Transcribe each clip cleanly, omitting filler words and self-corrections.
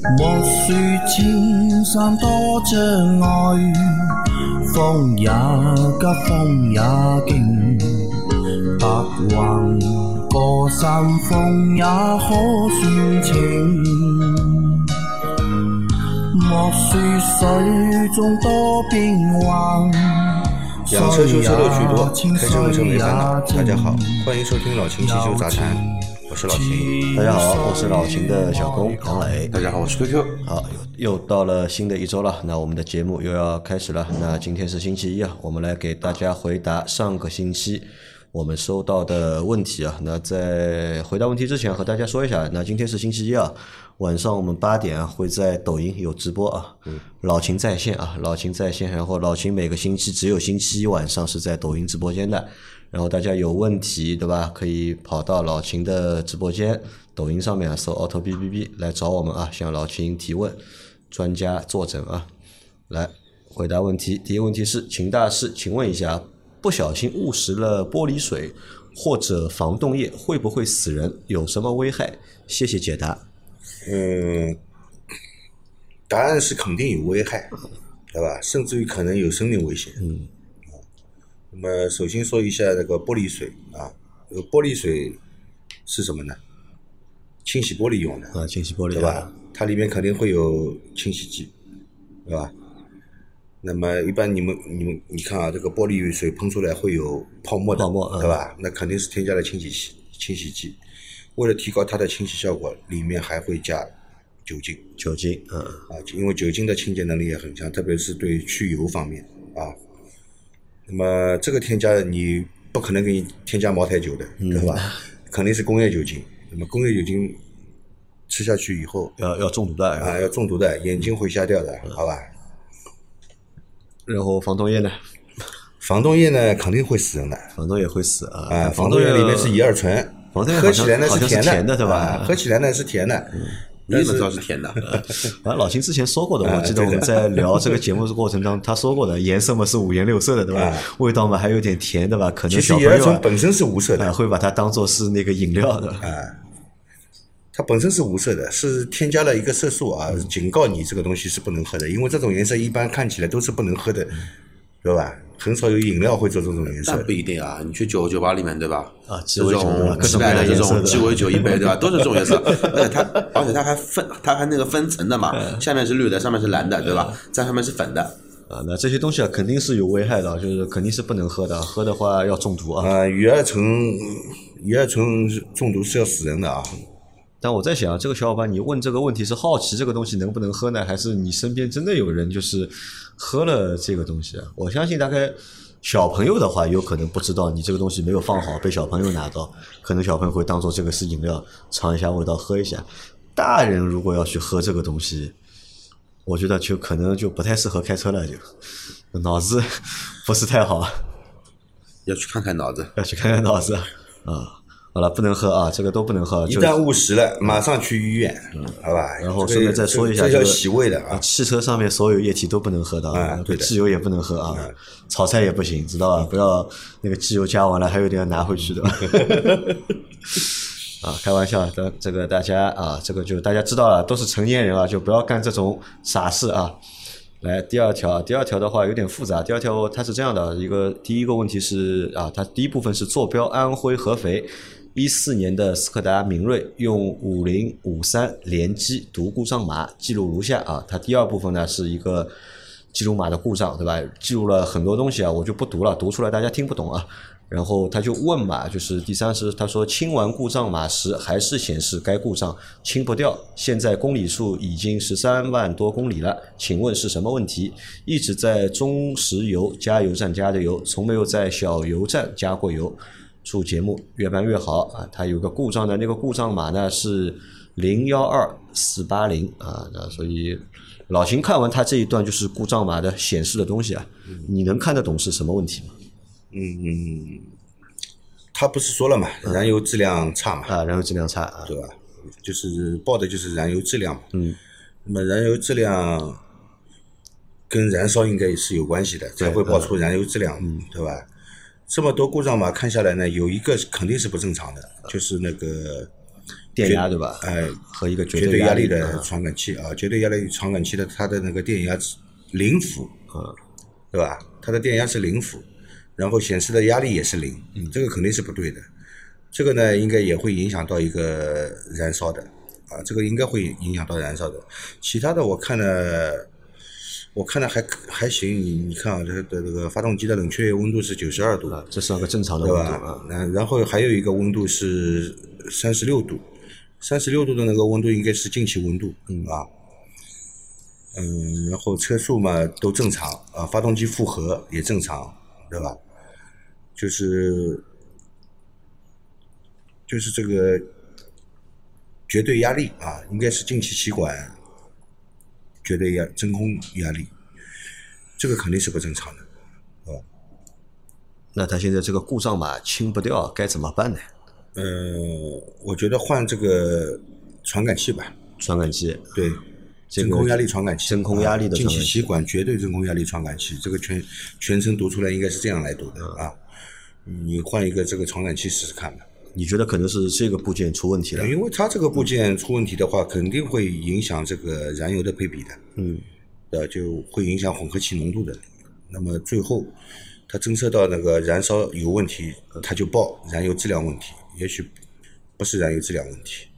莫说青山多障碍，风也急，风也劲，白云过山峰也可算情。莫说水中多变幻， 养车修车乐趣多，开车用车没烦恼。大家好，欢迎收听老秦汽修杂谈，我是老秦。 大家好，我是老秦的小工杨磊。 大家好，我是 QQ。 好，又到了新的一周了，那我们的节目又要开始了。那今天是星期一啊，我们来给大家回答上个星期我们收到的问题啊。那在回答问题之前和大家说一下，那今天是星期一啊，晚上我们8点啊会在抖音有直播啊，老秦在线啊，老秦在线，然后老秦每个星期只有星期一晚上是在抖音直播间的，然后大家有问题对吧，可以跑到老秦的直播间抖音上面搜 auto BBB 来找我们啊，向老秦提问，专家坐诊啊，来回答问题。第一个问题是，秦大师，请问一下，不小心误食了玻璃水或者防冻液会不会死人？有什么危害？谢谢解答。 答案是肯定有危害，对吧？甚至于可能有生命危险。那么首先说一下那个玻璃水啊，玻璃水是什么呢？清洗玻璃用的啊， 清洗玻璃对吧？它里面肯定会有清洗剂，对吧？那么一般你看啊，这个玻璃水喷出来会有泡沫的，对吧？那肯定是添加了清洗剂。为了提高它的清洗效果，里面还会加酒精，因为酒精的清洁能力也很强，特别是对去油方面啊。那么这个添加你不可能给你添加茅台酒的，对吧？肯定是工业酒精。那么工业酒精吃下去以后要中毒的啊，要中毒的，眼睛会瞎掉的，好吧？ 然后防冻液呢？ 防冻液呢肯定会死人的， 防冻液会死啊。防冻液里面是乙二醇，喝起来呢是甜的， 对吧？ 喝起来呢是甜的。 你怎么知道是甜的？ 反正老秦之前说过的，我记得我们在聊这个节目的过程当中，他说过的，颜色嘛是五颜六色的，对吧？味道嘛还有点甜，对吧？可能小朋友其实乙二醇本身是无色的， 会把它当做是那个饮料的。 它本身是无色的，是添加了一个色素啊，警告你这个东西是不能喝的，因为这种颜色一般看起来都是不能喝的，对吧？很少有饮料会做这种颜色。 但不一定啊，你去酒吧里面，对吧？ 鸡尾酒各种的这种鸡尾酒一杯，对吧？都是这种颜色。而且它还那个分层的嘛，下面是绿的，上面是蓝的，对吧？在上面是粉的。 那这些东西肯定是有危害的，就是肯定是不能喝的，喝的话要中毒啊。 乙二醇中毒是要死人的啊。 但我在想，这个小伙伴你问这个问题是好奇这个东西能不能喝呢，还是你身边真的有人就是喝了这个东西啊？我相信大概小朋友的话有可能不知道你这个东西没有放好被小朋友拿到，可能小朋友会当做这个是饮料尝一下味道喝一下。大人如果要去喝这个东西，我觉得就可能就不太适合开车了，就脑子不是太好， 要去看看脑子啊。好了，不能喝啊，这个都不能喝。 一旦误食了，马上去医院，好吧？ 然后顺便再说一下， 这叫洗胃的啊。 汽车上面所有液体都不能喝的啊，对，机油也不能喝啊，炒菜也不行，知道吧？不要那个机油加完了还有点要拿回去的。啊，开玩笑的，这个大家啊，这个就大家知道了，都是成年人啊，就不要干这种傻事啊。来，第二条的话有点复杂。第二条它是这样的，第一个问题是啊，它第一部分是坐标安徽合肥。14年的斯柯达明锐用5053联机读故障码，记录如下啊。它第二部分呢是一个记录码的故障，对吧？记录了很多东西啊，我就不读了，读出来大家听不懂啊。然后他就问嘛，就是第三是他说清完故障码时还是显示该故障清不掉，现在公里数已经13万多公里了，请问是什么问题？一直在中石油加油站加的油，从没有在小油站加过油。祝节目越办越好啊！它有个故障的，那个故障码呢是012480啊，所以老秦看完他这一段就是故障码的显示的东西啊，你能看得懂是什么问题吗？ 他不是说了嘛，燃油质量差嘛， 燃油质量差啊， 对吧？就是报的就是燃油质量嘛，那么燃油质量跟燃烧应该是有关系的，才会报出燃油质量，对吧？这么多故障码看下来呢，有一个肯定是不正常的，就是那个电压对吧？和一个绝对压力的传感器啊，绝对压力传感器的它的那个电压0伏，对吧？它的电压是0伏，然后显示的压力也是0，这个肯定是不对的。这个呢，应该也会影响到一个燃烧的啊，这个应该会影响到燃烧的。其他的我看了还行，你看啊，这个发动机的冷却液温度是92度， 这算个正常的温度啊。 然后还有一个温度是36度，36度的那个温度应该是进气温度，然后车速嘛都正常啊，发动机负荷也正常，对吧？就是这个绝对压力啊，应该是进气气管绝对真空压力，这个肯定是不正常的，对吧？ 那他现在这个故障码清不掉，该怎么办呢？ 我觉得换这个传感器吧。 传感器， 对，真空压力传感器， 真空压力的进气气管绝对真空压力传感器，这个全称读出来应该是这样来读的啊。你换一个这个传感器试试看吧。 你觉得可能是这个部件出问题了？ 因为它这个部件出问题的话，肯定会影响这个燃油的配比的，就会影响混合气浓度的。那么最后它侦测到那个燃烧有问题，它就报燃油质量问题，也许不是燃油质量问题。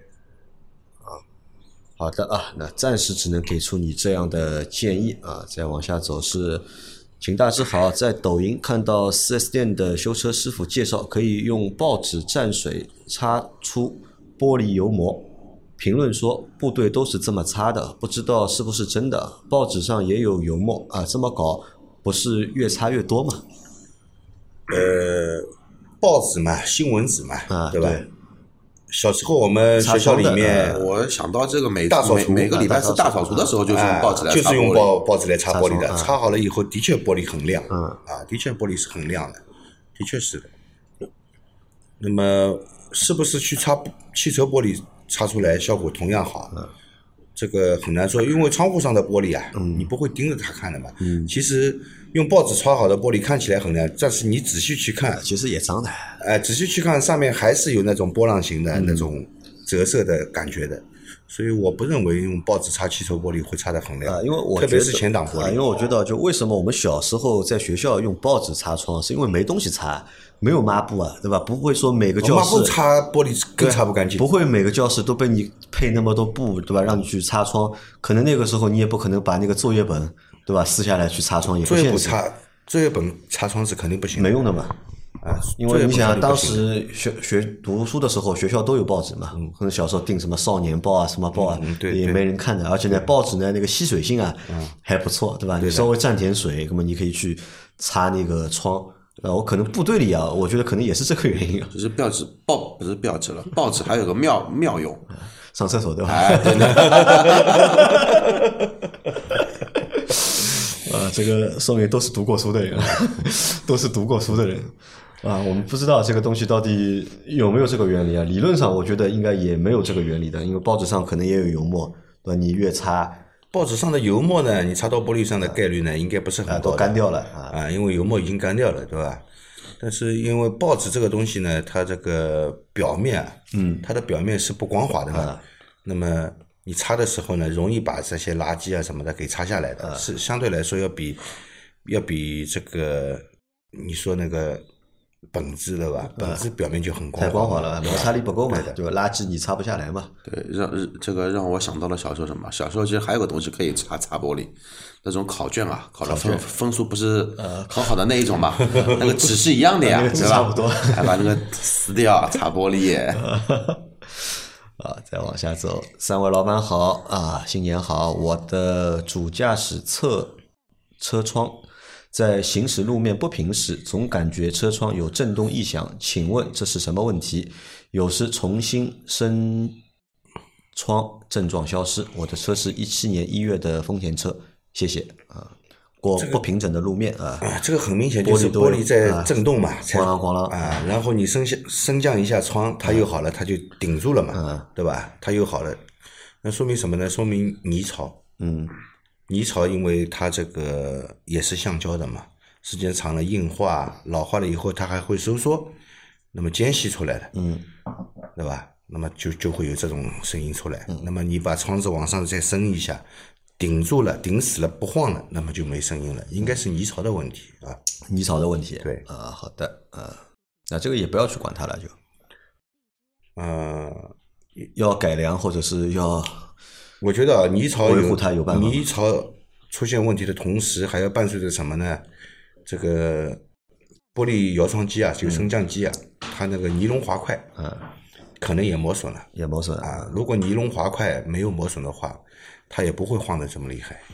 好的啊，那暂时只能给出你这样的建议啊。再往下走是，请大致好，在抖音看到 4S 店的修车师傅介绍，可以用报纸蘸水擦出玻璃油膜。评论说部队都是这么擦的，不知道是不是真的。报纸上也有油墨啊，这么搞不是越擦越多吗？ 报纸嘛，新闻纸嘛，对吧？ 对。 小时候我们学校里面， 我想到这个每大扫除每个礼拜是大扫除的时候，就是用报纸来擦玻璃， 就是用报纸来擦玻璃的。擦好了以后，的确玻璃很亮，的确玻璃是很亮的，的确是的。那么是不是去擦汽车玻璃擦出来效果同样好？这个很难说，因为窗户上的玻璃啊，你不会盯着它看的嘛。其实用报纸擦好的玻璃看起来很亮，但是你仔细去看， 其实也脏的。 仔细去看，上面还是有那种波浪形的那种折射的感觉的。所以我不认为用报纸擦汽车玻璃会擦得很亮， 因为我特别是前挡玻璃。 因为我觉得，就为什么我们小时候在学校用报纸擦窗，是因为没东西擦，没有抹布啊，对吧？不会说每个教室抹布擦玻璃更擦不干净， 不会每个教室都被你配那么多布，对吧？让你去擦窗，可能那个时候你也不可能把那个作业本，对吧？撕下来去擦窗也不现实。 作业本擦窗是肯定不行的， 没用的嘛。因为你想当时学读书的时候，学校都有报纸嘛，可能小时候订什么少年报啊、什么报啊，也没人看的。而且呢，报纸呢那个吸水性啊还不错，对吧？你稍微蘸点水，那么你可以去擦那个窗。我可能部队里啊，我觉得可能也是这个原因啊。 就是不是标志了，报纸还有个妙用， 上厕所对吧？ 对的。 这个说明都是读过书的人，都是读过书的人。我们不知道这个东西到底有没有这个原理啊？理论上我觉得应该也没有这个原理的，因为报纸上可能也有油墨，对吧？你越擦， 报纸上的油墨呢，你擦到玻璃上的概率呢，应该不是很高的， 都干掉了因为油墨已经干掉了，对吧？但是因为报纸这个东西呢，它这个表面，它的表面是不光滑的嘛，那么你擦的时候呢，容易把这些垃圾啊什么的给擦下来的，是相对来说要比这个你说那个本质的吧，本质表面就很光滑， 太光滑了，摩擦力不够嘛，对吧？垃圾你擦不下来嘛。 对，让我想到了小时候什么？小时候其实还有个东西可以擦玻璃，那种考卷啊，考的分数不是很好的那一种嘛，那个纸是一样的呀，对吧？ 差不多， 还把那个撕掉擦玻璃。 再往下走，三位老板好新年好，我的主驾驶侧车窗在行驶路面不平时，总感觉车窗有震动异响，请问这是什么问题？有时重新升窗症状消失。我的车是17年1月的丰田车，谢谢过不平整的路面这个很明显就是玻璃在震动嘛， 咣啷咣啷然后你升降一下窗，它又好了，它就顶住了嘛，对吧？它又好了，那说明什么呢？说明泥槽，泥槽因为它这个也是橡胶的嘛，时间长了硬化、老化了以后，它还会收缩，那么间隙出来了，对吧？ 那么就会有这种声音出来。那么你把窗子往上再升一下，顶住了，顶死了不晃了，那么就没声音了，应该是泥槽的问题啊。 泥槽的问题。 对啊，好的那这个也不要去管它了，就要改良或者是要， 我觉得泥槽维护它有办法。 泥槽出现问题的同时，还要伴随着什么呢？这个玻璃摇窗机啊，就升降机啊，它那个尼龙滑块，可能也磨损了，啊。如果尼龙滑块没有磨损的话，它也不会晃得这么厉害。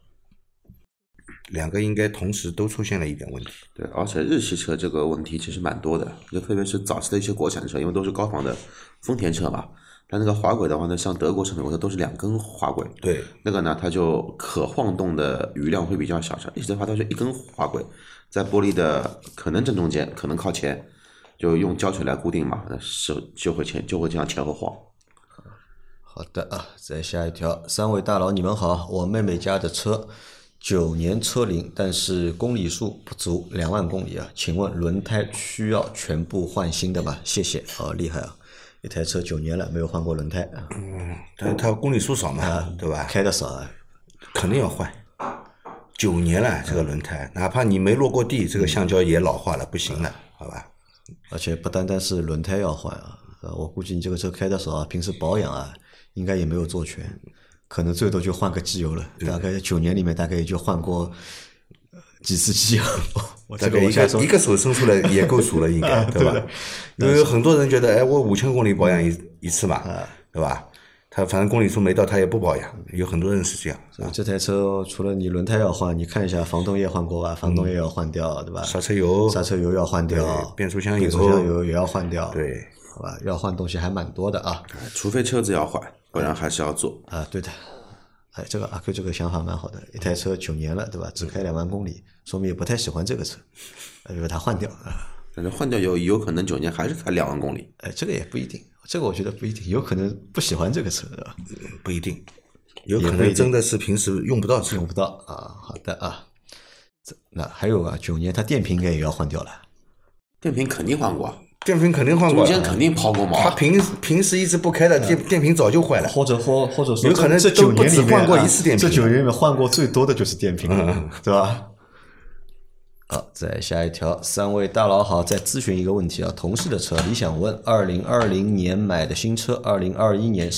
两个应该同时都出现了一点问题。 对，而且日系车这个问题其实蛮多的，就特别是早期的一些国产车，因为都是高仿的丰田车嘛，它那个滑轨的话呢，像德国车、美国车都是2根滑轨， 对， 那个呢它就可晃动的余量会比较小，像日系的话它就1根滑轨，在玻璃的可能正中间，可能靠前，就用胶水来固定嘛，就会这样前后晃。 好的再下一条，3位大佬你们好，我妹妹家的车9年车龄，但是公里数不足2万公里啊，请问轮胎需要全部换新的吗？谢谢。厉害啊，一台车9年了没有换过轮胎啊。 但它公里数少嘛，对吧？ 开的少啊， 肯定要换。9年了，这个轮胎，哪怕你没落过地，这个橡胶也老化了，不行了，好吧？ 而且不单单是轮胎要换我估计你这个车开的少平时保养应该也没有做全，可能最多就换个机油了，大概9年里面大概也就换过几次机油。 大概一个手伸出来也够数了，应该对吧？因为很多人觉得，我5000公里保养一次嘛，对吧？他反正公里数没到，他也不保养，有很多人是这样。 这台车除了你轮胎要换，你看一下防冻液换过吧，防冻液要换掉，对吧？ 刹车油要换掉， 变速箱油也要换掉， 对， 好吧？要换东西还蛮多的啊。 除非车子要换，不然还是要做对的。这个阿 Q 这个想法蛮好的，一台车9年了，对吧？只开2万公里，说明也不太喜欢这个车，就把它换掉但是换掉有可能9年还是开2万公里。 这个也不一定，这个我觉得不一定，有可能不喜欢这个车，对吧？ 不一定，有可能真的是平时用不到好的那还有9年它电瓶应该也要换掉了。 电瓶肯定换过， 中间肯定抛过锚。 他平时一直不开的电瓶早就坏了， 或者说有可能这9年里面换过一次电瓶， 这9年里面换过最多的就是电瓶，对吧？再下一条，3位大佬好，再咨询一个问题同事的车，理想问2020年买的新车，2021年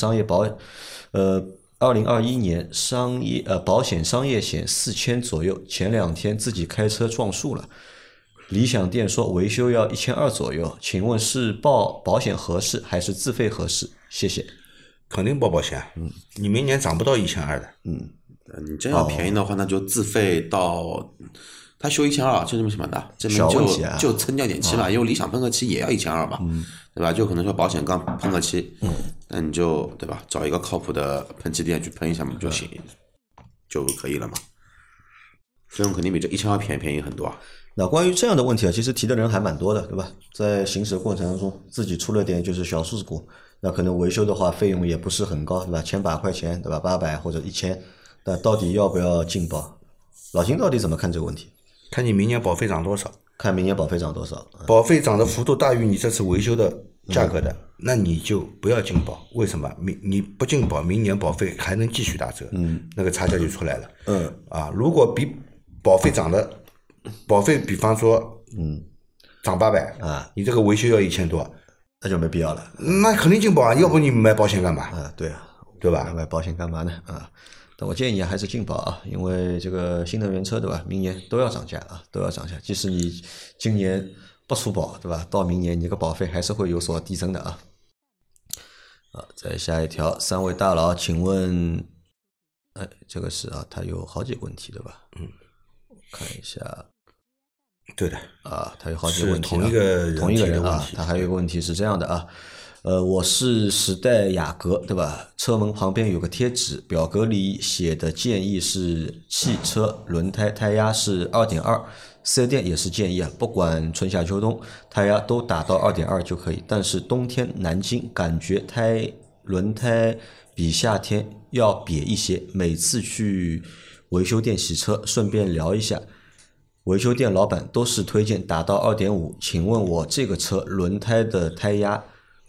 2021年保险商业险4000左右，前2天自己开车撞树了。理想店说维修要1200左右，请问是报保险合适还是自费合适？谢谢。 肯定报保险，你明年涨不到1200的。 你真要便宜的话，那就自费到他修1200，就这么什么的，这边就蹭掉点漆嘛，因为理想喷个漆也要1200嘛，对吧？就可能说保险杠喷个漆，那你就对吧？找一个靠谱的喷漆店去喷一下嘛就行，就可以了嘛。费用肯定比这1200便宜很多那关于这样的问题其实提的人还蛮多的，对吧？在行驶的过程当中，自己出了点就是小事故，那可能维修的话费用也不是很高，对吧？千把块钱，对吧？800或者1000，那到底要不要进保？老金到底怎么看这个问题？ 看你明年保费涨多少。 保费涨的幅度大于你这次维修的价格的，那你就不要进保。为什么？你不进保，明年保费还能继续打折，那个差价就出来了。如果比保费比方说涨800你这个维修要1000多， 那就没必要了。 那肯定进保要不你买保险干嘛？对吧？ 买保险干嘛呢？但我建议还是进保因为这个新能源车对吧，明年都要涨价即使你今年不出保对吧，到明年你这个保费还是会有所递增的再下一条，3位大佬请问这个是它有好几个问题对吧？我看一下， 对的它有好几个问题， 同一个人它还有一个问题是这样的我是10代雅阁对吧？车门旁边有个贴纸，表格里写的建议是汽车轮胎胎压是 2.2， 4S店也是建议不管春夏秋冬胎压都打到 2.2 就可以，但是冬天南京感觉轮胎比夏天要瘪一些，每次去维修店洗车顺便聊一下，维修店老板都是推荐打到 2.5， 请问我这个车轮胎的胎压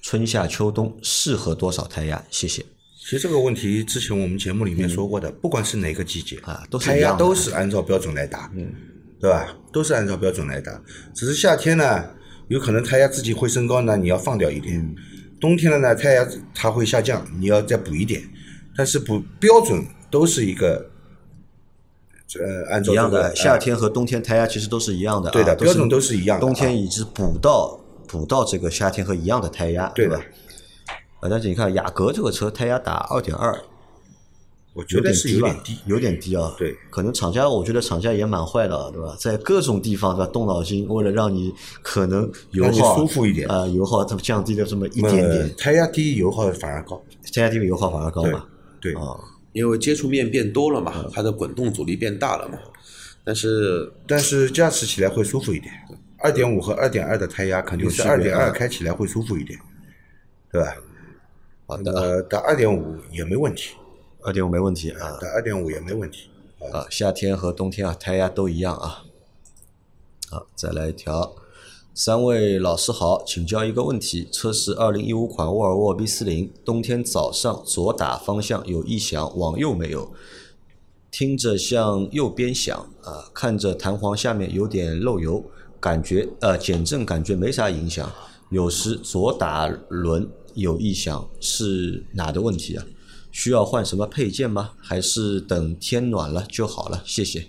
春夏秋冬适合多少胎压？谢谢。 其实这个问题之前我们节目里面说过的，不管是哪个季节啊，都是胎压都是按照标准来打，对吧？都是按照标准来打，只是夏天呢，有可能胎压自己会升高呢，你要放掉一点；冬天了呢，胎压它会下降，你要再补一点。但是标准都是一个按照一样的，夏天和冬天胎压其实都是一样的， 对的，标准都是一样的。 冬天一直补到这个夏天和一样的胎压， 对吧？ 但是你看雅阁这个车胎压打 2.2， 我觉得是有点低啊。 对， 可能我觉得厂家也蛮坏的，对吧？在各种地方对吧，动脑筋，为了让你可能油耗舒服一点油耗这么降低了这么一点点。 胎压低，油耗反而高。 胎压低，油耗反而高嘛？ 对因为接触面变多了嘛，它的滚动阻力变大了嘛。但是驾驶起来会舒服一点。2.5 和 2.2 的胎压肯定是 2.2 开起来会舒服一点，对吧？ 好的， 打 2.5 也没问题 ，2.5没问题啊， 打 2.5 也没问题啊。夏天和冬天胎压都一样啊。好，再来一条。3位老师好，请教一个问题：车是2015款沃尔沃 V40，冬天早上左打方向有异响，往右没有，听着向右边响看着弹簧下面有点漏油，感觉减震感觉没啥影响，有时左打轮有异响，是哪的问题啊？需要换什么配件吗？还是等天暖了就好了？谢谢。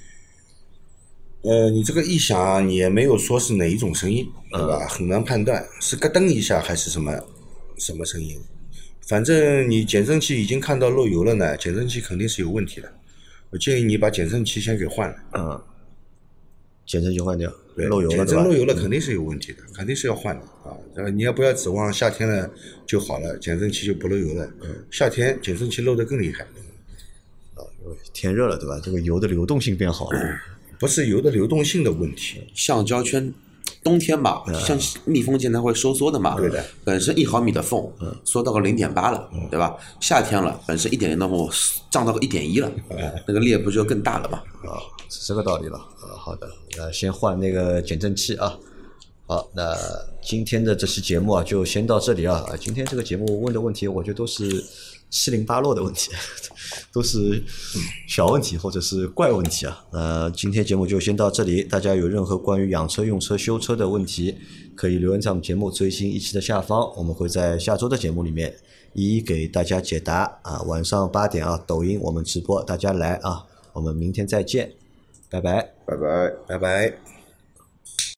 你这个异响也没有说是哪一种声音，对吧？很难判断是咯噔一下还是什么声音。反正你减震器已经看到漏油了呢，减震器肯定是有问题的。我建议你把减震器先给换了。 减震器换掉， 对， 漏油了， 减震漏油了肯定是有问题的，肯定是要换的啊！你也不要指望夏天了就好了，减震器就不漏油了。夏天减震器漏得更厉害。 天热了，对吧？这个油的流动性变好了。 不是油的流动性的问题， 橡胶圈冬天嘛，像密封件它会收缩的嘛， 对的， 本身1毫米的缝，缩到个0.8了，对吧？夏天了，本身1.0的缝涨到个1.1了，那个裂不就更大了嘛？ 是这个道理了。好的，先换那个减震器啊。好，那今天的这期节目就先到这里啊。今天这个节目问的问题，我觉得都是七零八落的问题，都是小问题或者是怪问题啊。今天节目就先到这里，大家有任何关于养车、用车、修车的问题，可以留言在我们节目最新一期的下方，我们会在下周的节目里面一一给大家解答晚上8点抖音我们直播，大家来我们明天再见，拜拜， 拜拜，拜拜。